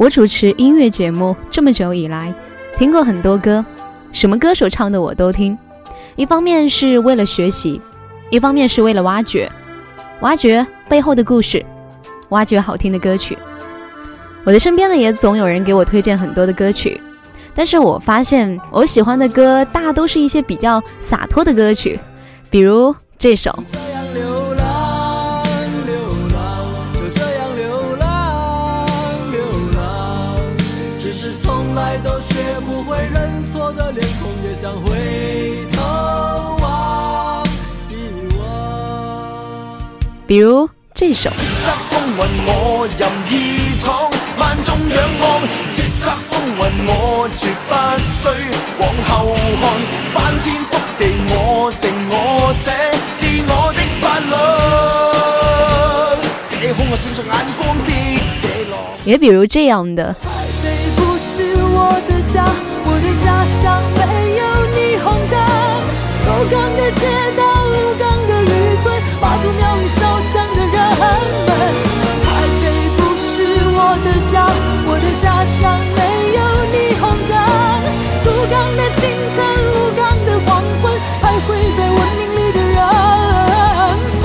我主持音乐节目这么久以来，听过很多歌，什么歌手唱的我都听。一方面是为了学习，一方面是为了挖掘背后的故事，挖掘好听的歌曲。我的身边呢，也总有人给我推荐很多的歌曲，但是我发现我喜欢的歌大都是一些比较洒脱的歌曲，比如这首。 都学不会认错的脸孔，也想回头望一望。 比如这首。 叱咤風雲我任意闖，萬眾仰望，叱咤風雲我絕不需往後看，翻天覆地我定我寫自我的法律，這空我閃爍眼光的野狼。 也比如這樣的。 我的家，我的家鄉沒有霓虹燈，鹿港的街道，鹿港的漁村，媽祖廟裡燒香的人們。台北不是我的家，我的家鄉沒有霓虹燈，鹿港的清晨，鹿港的黃昏，徘徊在文明裡的人們。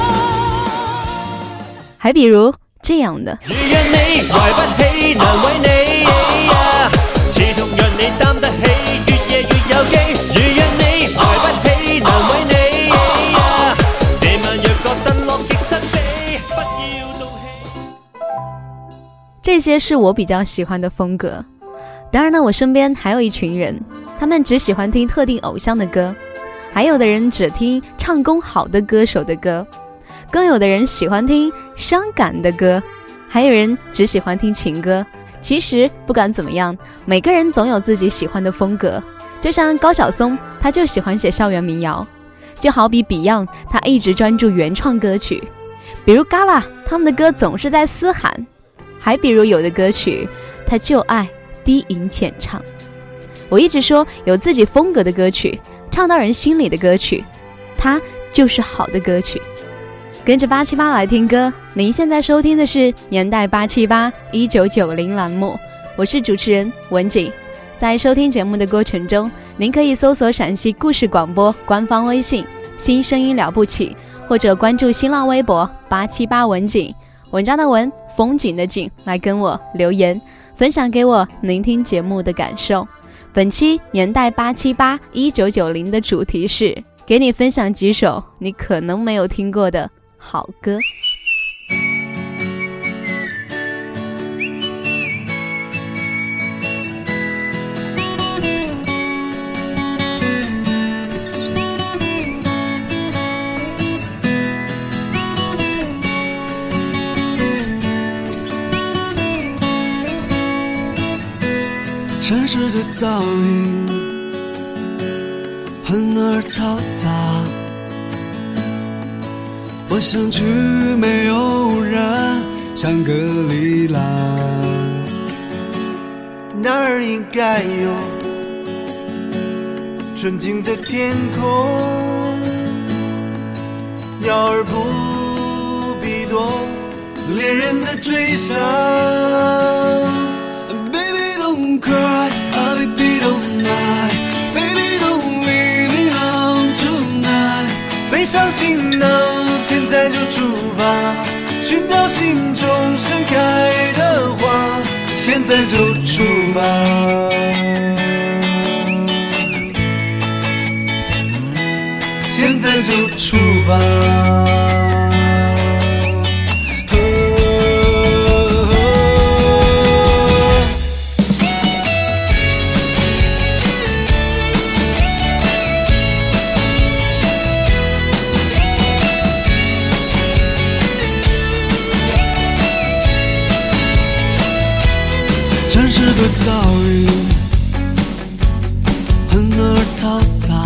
還比如這樣的。 如若你懷不起難為你，刺痛讓你擔得起，越夜越有機。如若你懷不起難為你，這晚若覺得樂極生悲，不要動氣。 這些是我比較喜歡的風格。當然呢，我身邊還有一群人，他們只喜歡聽特定偶像的歌，還有的人只聽唱功好的歌手的歌，更有的人喜歡聽傷感的歌，還有人只喜歡聽情歌。其實不管怎麼樣，每個人總有自己喜歡的風格。就像高曉松，他就喜歡寫校園民謠，就好比 Beyond， 他一直專注原創歌曲。比如 Gala， 他們的歌總是在嘶喊，還比如有的歌曲他就愛低吟淺唱。我一直說，有自己風格的歌曲，唱到人心裡的歌曲，它就是好的歌曲。跟着878來聽歌，您現在收聽的是年代8781990欄目，我是主持人文景。在收聽節目的過程中，您可以搜索陝西故事廣播官方微信新聲音了不起，或者關注新浪微博878文景，文章的文，風景的景，來跟我留言分享給我聆聽節目的感受。本期年代8781990的主題是給你分享幾首你可能沒有聽過的好歌。 城市的噪音很而嘈雜，我想去沒有人，香格里拉，那兒應該有純淨的天空，鳥兒不必多，戀人的追想。Baby don't cry, oh baby don't lie, baby don't leave me alone tonight。背上行囊，現在就出發，尋找心中盛開的花，現在就出發，現在就出發。城市的噪音很而嘈雜，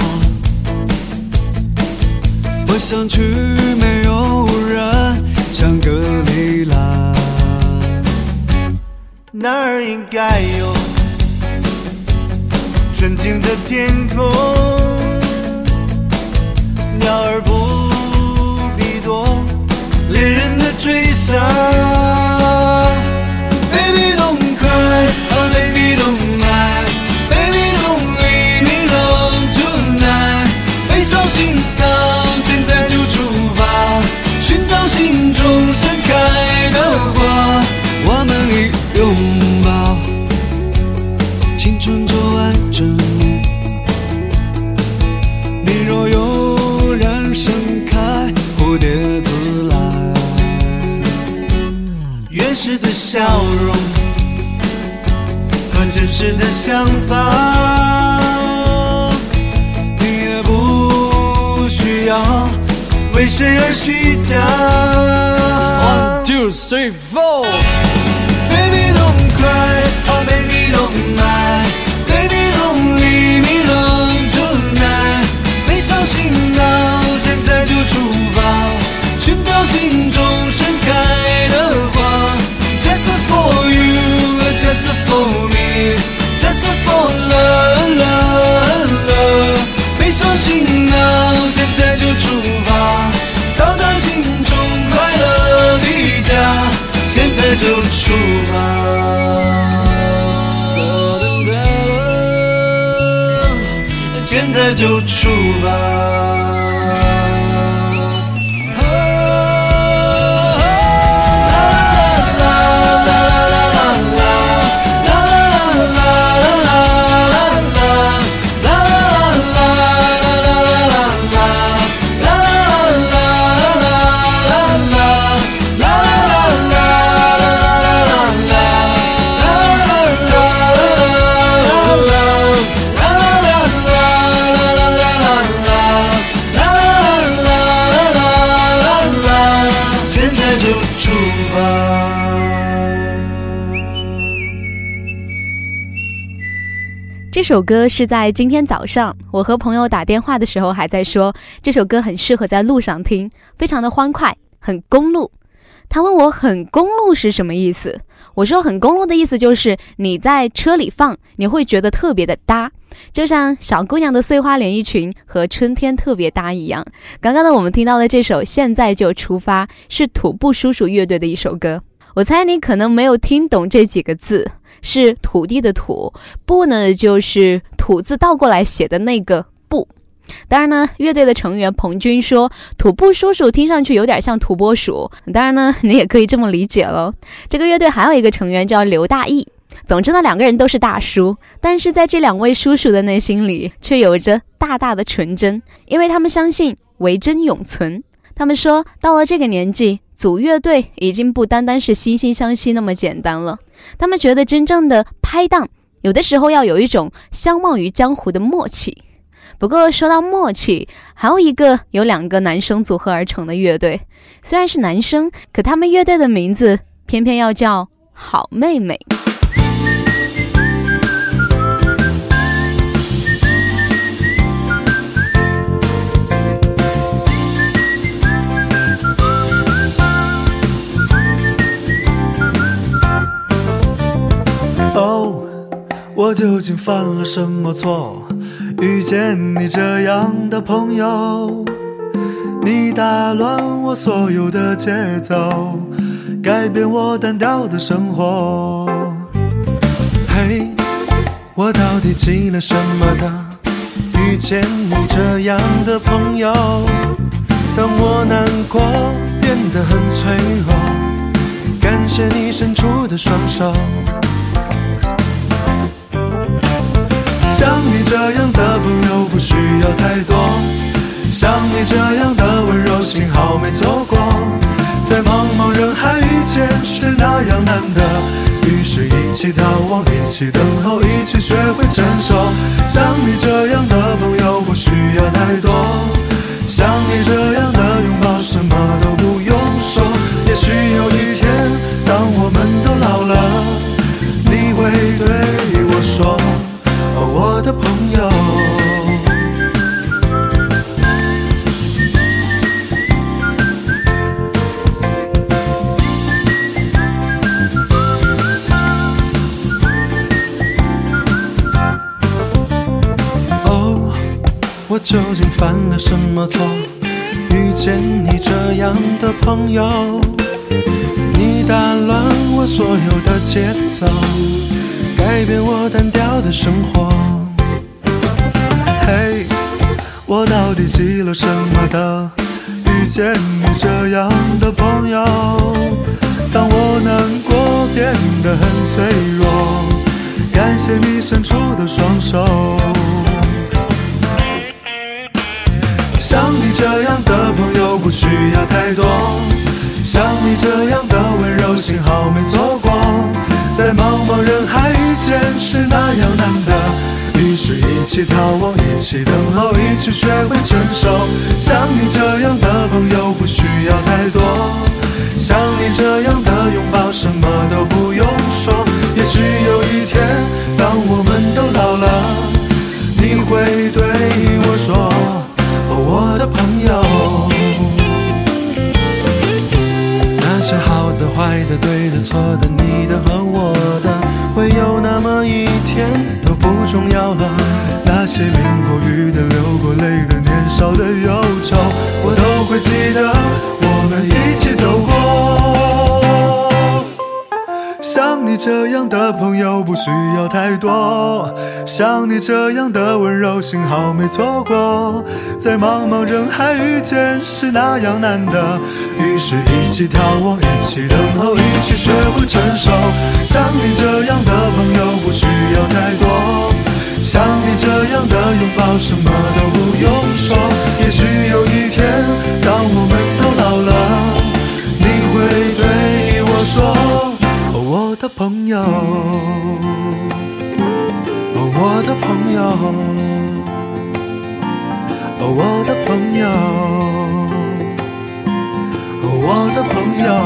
我想去沒有人，香格里拉，那兒應該有純淨的天空，鳥兒不必多，戀人的追想。Baby don't cry, 实的想法，你也不需要为谁而虚假。 1, 2, 3, 4 Baby don't cry, oh baby don't mind, baby don't leave me alone tonight。 没伤心到现在就出发，寻找心中盛开的花。 Just for you, just for me, just for love, love, love。 没伤心到现在就出发，到达心中快乐的家，现在就出发，现在就出发。 这首歌是在今天早上我和朋友打电话的时候还在说，这首歌很适合在路上听，非常的欢快，很公路。他问我很公路是什么意思，我说很公路的意思就是你在车里放你会觉得特别的搭，就像小姑娘的碎花连衣裙和春天特别搭一样。刚刚呢我们听到的这首现在就出发是土步叔叔乐队的一首歌，我猜你可能没有听懂这几个字，是土地的土，步呢就是土字倒过来写的那个步。当然呢，乐队的成员彭军说土步叔叔听上去有点像土拨鼠，当然呢你也可以这么理解咯。这个乐队还有一个成员叫刘大义，总之呢两个人都是大叔，但是在这两位叔叔的内心里却有着大大的纯真，因为他们相信唯真永存。他们说到了这个年纪，组乐队已经不单单是惺惺相惜那么简单了，他们觉得真正的拍档有的时候要有一种相忘于江湖的默契。不过说到默契，还有一个由两个男生组合而成的乐队，虽然是男生，可他们乐队的名字偏偏要叫好妹妹。 我究竟犯了什么错，遇见你这样的朋友？你打乱我所有的节奏，改变我单调的生活。嘿，我到底积了什么的，遇见你这样的朋友？当我难过变得很脆弱，感谢你伸出的双手。像你这样的朋友不需要太多，像你这样的温柔幸好没错过，在茫茫人海遇见是那样难得，于是一起逃亡，一起等候，一起学会承受。像你这样的朋友不需要太多，像你这样的拥抱什么都不用说。也许有一天当我们都老了，你会对我说，我的朋友。哦，我究竟犯了什么错，遇见你这样的朋友？你打乱我所有的节奏，改变我单调的生活。嘿，我到底积了什么的，遇见你这样的朋友？当我难过变得很脆弱，感谢你伸出的双手。像你这样的朋友不需要太多，像你这样的温柔幸好没错过， 在茫茫人海遇见是那样难得，于是一起逃亡，一起等候，一起学会承受。像你这样的朋友不需要太多，像你这样的拥抱什么都不用说。也许有一天当我们都老了，你会对我说，哦，我的朋友。那些好的坏的对的错的你的和我的，会有那么一天都不重要了。那些淋过雨的流过泪的年少的忧愁，我都会记得我们一起走过。像你这样的朋友不需要太多，像你这样的温柔幸好没错过。在茫茫人海遇见是那样难得，于是一起逃亡，一起等候，一起学会承受。像你这样的朋友不需要太多，像你这样的拥抱什么都不用说。也许有一天当我们都老了，你会对我说，哦，我的朋友，哦，我的朋友，哦，我的朋友，哦，我的朋友，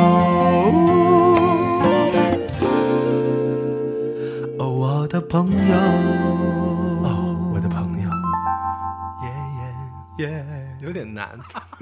哦，我的朋友，哦，我的朋友，耶耶耶，有点难。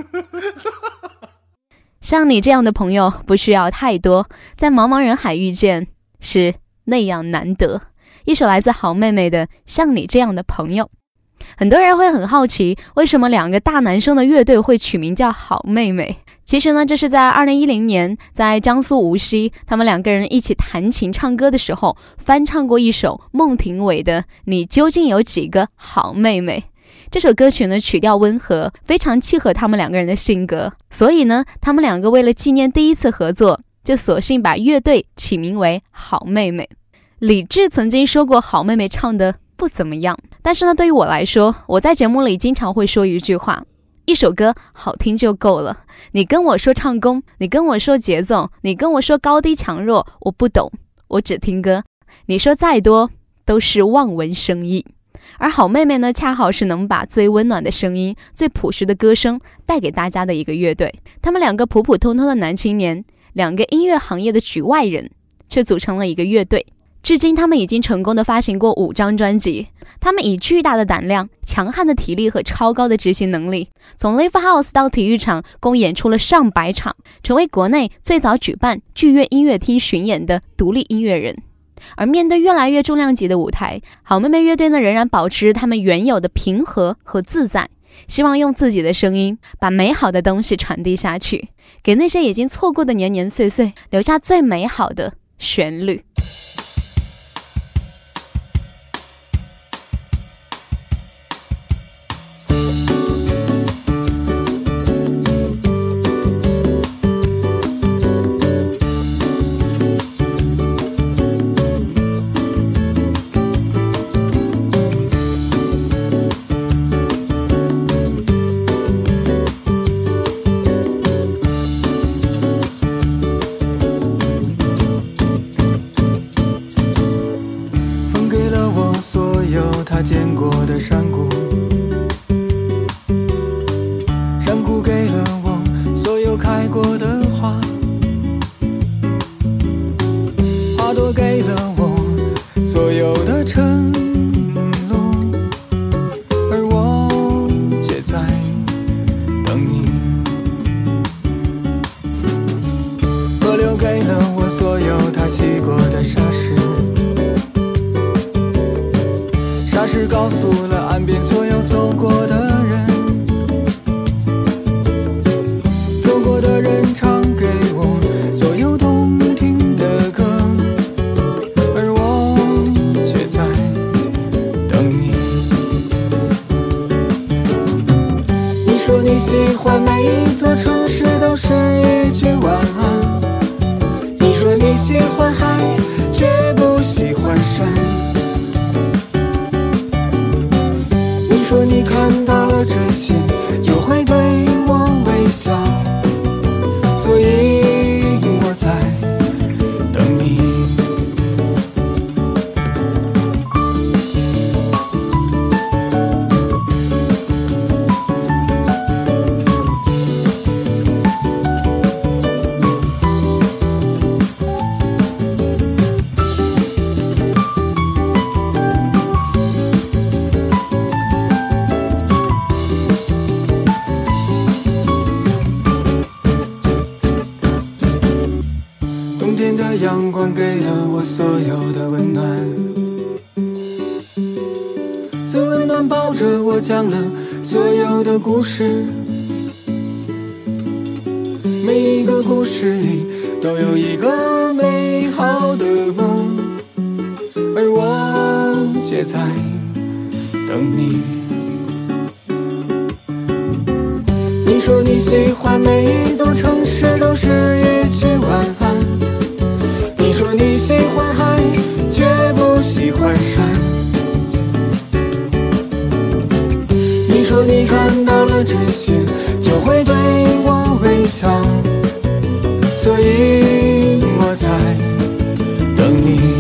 像你这样的朋友不需要太多，在茫茫人海遇见是那样难得。一首来自好妹妹的《像你这样的朋友》。很多人会很好奇，为什么两个大男生的乐队会取名叫好妹妹。其实呢，这是在2010年在江苏无锡，他们两个人一起弹琴唱歌的时候翻唱过一首孟庭苇的《你究竟有几个好妹妹》。这首歌曲呢，曲调温和，非常契合他们两个人的性格，所以呢，他们两个为了纪念第一次合作，就索性把乐队起名为好妹妹。李志曾经说过好妹妹唱的不怎么样，但是呢，对于我来说，我在节目里经常会说一句话，一首歌好听就够了。你跟我说唱功，你跟我说节奏，你跟我说高低强弱，我不懂，我只听歌。你说再多都是望文生义。而好妹妹呢，恰好是能把最温暖的声音、最朴实的歌声带给大家的一个乐队。他们两个普普通通的男青年，两个音乐行业的局外人，却组成了一个乐队。至今他们已经成功的发行过5张专辑。他们以巨大的胆量、强悍的体力和超高的执行能力，从 Live House 到体育场共演出了上百场，成为国内最早举办剧院音乐厅巡演的独立音乐人。而面对越来越重量级的舞台，好妹妹乐队呢仍然保持他们原有的平和和自在，希望用自己的声音把美好的东西传递下去，给那些已经错过的年年岁岁留下最美好的旋律。 他见过的山谷，山谷给了我所有开过的花，花朵给了我所有的晨露，而我却在等你。河流给了我所有它洗过的沙石，沙石告诉了岸边所有走过的人，走过的人唱给我所有动听的歌，而我却在等你。你说你喜欢每一座城市都是一句晚安，你说你喜欢海，绝不喜欢山，说你看到了这些就会对我微笑，所以我在等你。 阳光给了我所有的温暖，最温暖抱着我讲了所有的故事，每一个故事里都有一个美好的梦，而我却在等你。你说你喜欢每一座城市都是一句晚安，你说你喜欢海却不喜欢山，你说你看到了这些就会对我微笑，所以我在等你。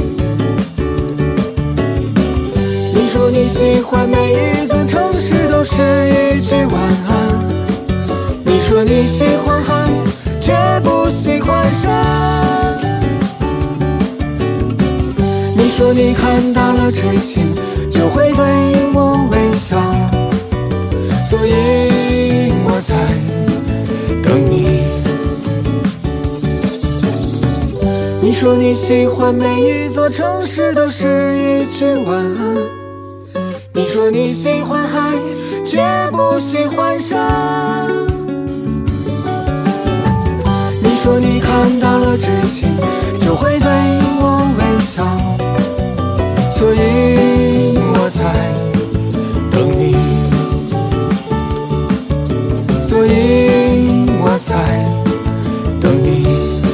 你说你喜欢每一座城市都是一句晚安，你说你喜欢海却不喜欢山，你说你看到了这些就会对我微笑，所以我在等你。你说你喜欢每一座城市都是一句晚安，你说你喜欢海却不喜欢山，你说你看到了这些就会对我微笑，所以我在等你，所以我在等你，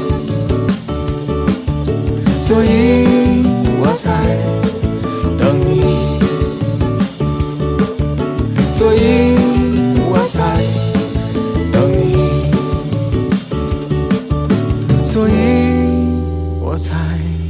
所以我在等你，所以我在等你，所以我在。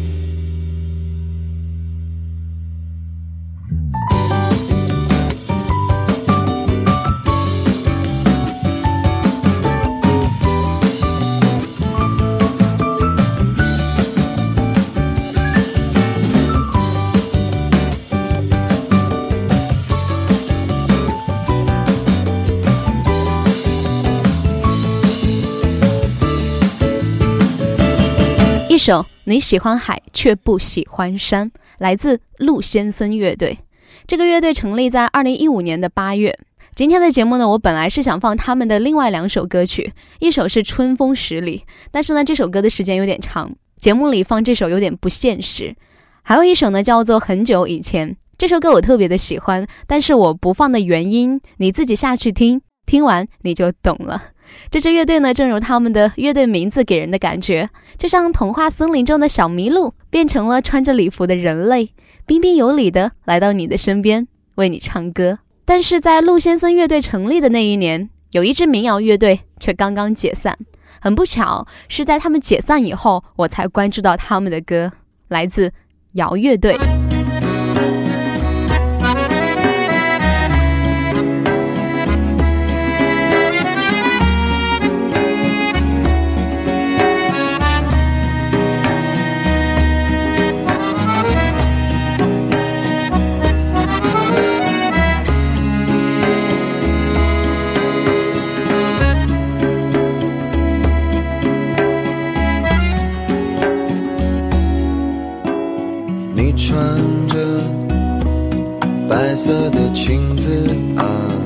一首你喜欢海却不喜欢山，来自陆先生乐队。这个乐队成立在2015年的8月。今天的节目呢，我本来是想放他们的另外2首歌曲，一首是春风十里，但是呢这首歌的时间有点长，节目里放这首有点不现实。还有一首呢叫做很久以前，这首歌我特别的喜欢，但是我不放的原因你自己下去听，听完你就懂了。这支乐队呢，正如他们的乐队名字给人的感觉，就像童话森林中的小麋鹿变成了穿着礼服的人类，彬彬有礼的来到你的身边，为你唱歌。但是在陆先生乐队成立的那一年，有一支民谣乐队却刚刚解散，很不巧是在他们解散以后我才关注到他们的歌，来自摇乐队。 穿着白色的裙子啊，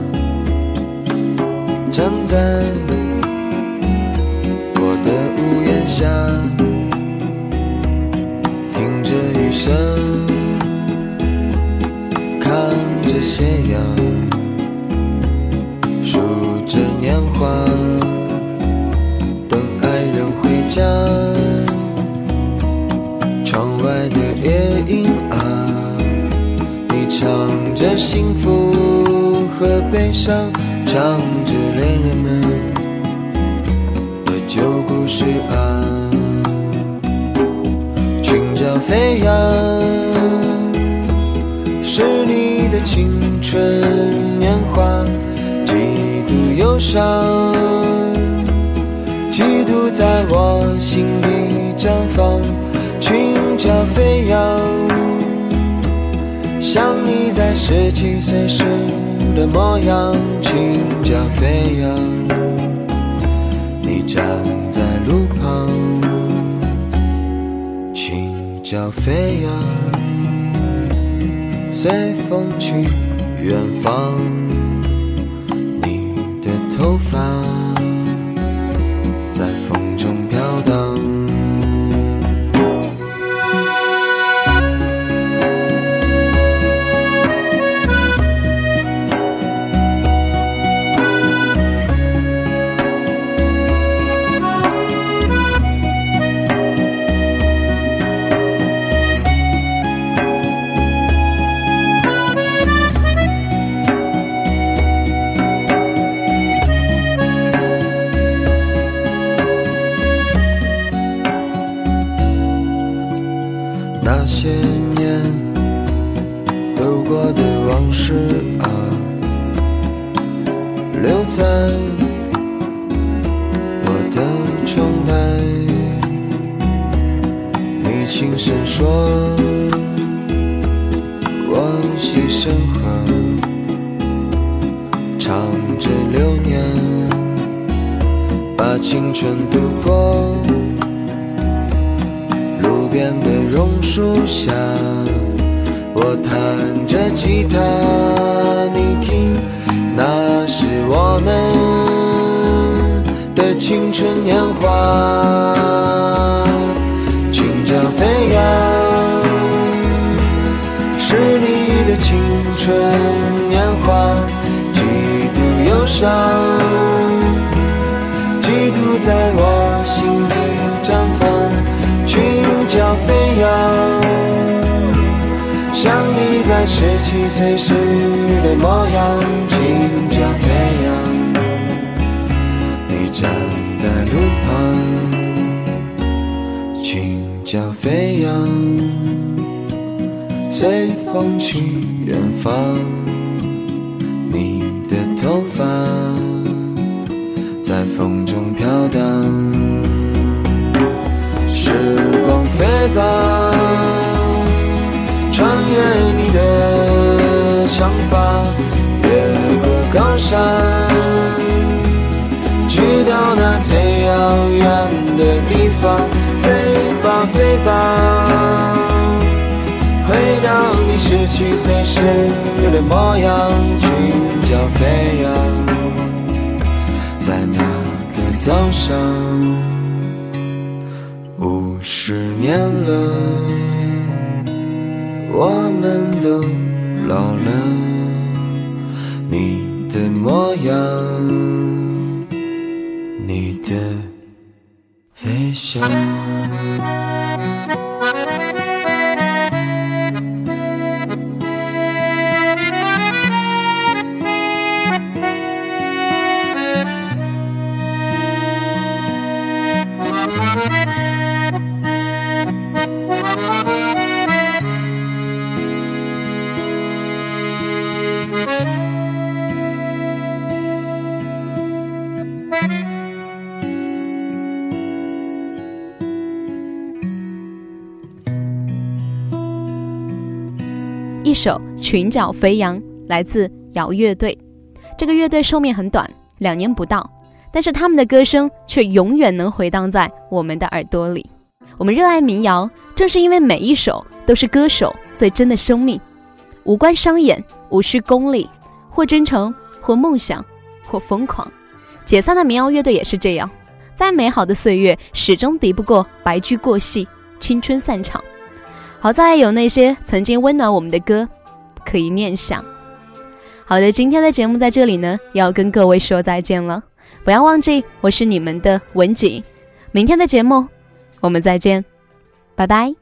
站在我的屋檐下，听着雨声，看着斜阳，数着年华，等爱人回家。窗外的夜莺啊，你唱着幸福和悲伤，唱着恋人们的旧故事啊。裙角飞扬，是你的青春年华，几度忧伤，几度在我心里绽放。裙角飞扬，像你在17岁时的模样。裙角飞扬，你站在路旁， 角飞扬，随风去远方，你的头发在风中飘荡。那些年走过的往事啊，留在我的窗台。你轻声说我细声和，唱着流年，把青春度过。路边的榕树下，我弹着吉他，你听，那是我们的青春年华。裙角飞扬，是你的青春年华，几度忧伤，几度在我心里绽放。裙角飞扬，像你在17岁时的模样。裙角飞扬，你站在路旁。裙角飞扬，随风去远方。你的头发在风中飘荡。时光飞吧，穿越你的长发，越过高山，去到那最遥远的地方。飞吧飞吧，回到你17岁时的模样。裙角飞扬，在那个早上。50年了，我们都老了，你的模样，你的微笑。 一首《裙角飞扬》来自摇乐队。这个乐队寿命很短，2年不到，但是他们的歌声却永远能回荡在我们的耳朵里。我们热爱民谣，正是因为每一首都是歌手最真的生命，无关商演，无需功利，或真诚，或梦想，或疯狂。解散的民谣乐队也是这样，再美好的岁月始终敌不过白驹过隙，青春散场。好在有那些曾经温暖我们的歌可以念想。好的，今天的节目在这里呢，要跟各位说再见了。不要忘记，我是你们的文景。明天的节目我们再见，拜拜。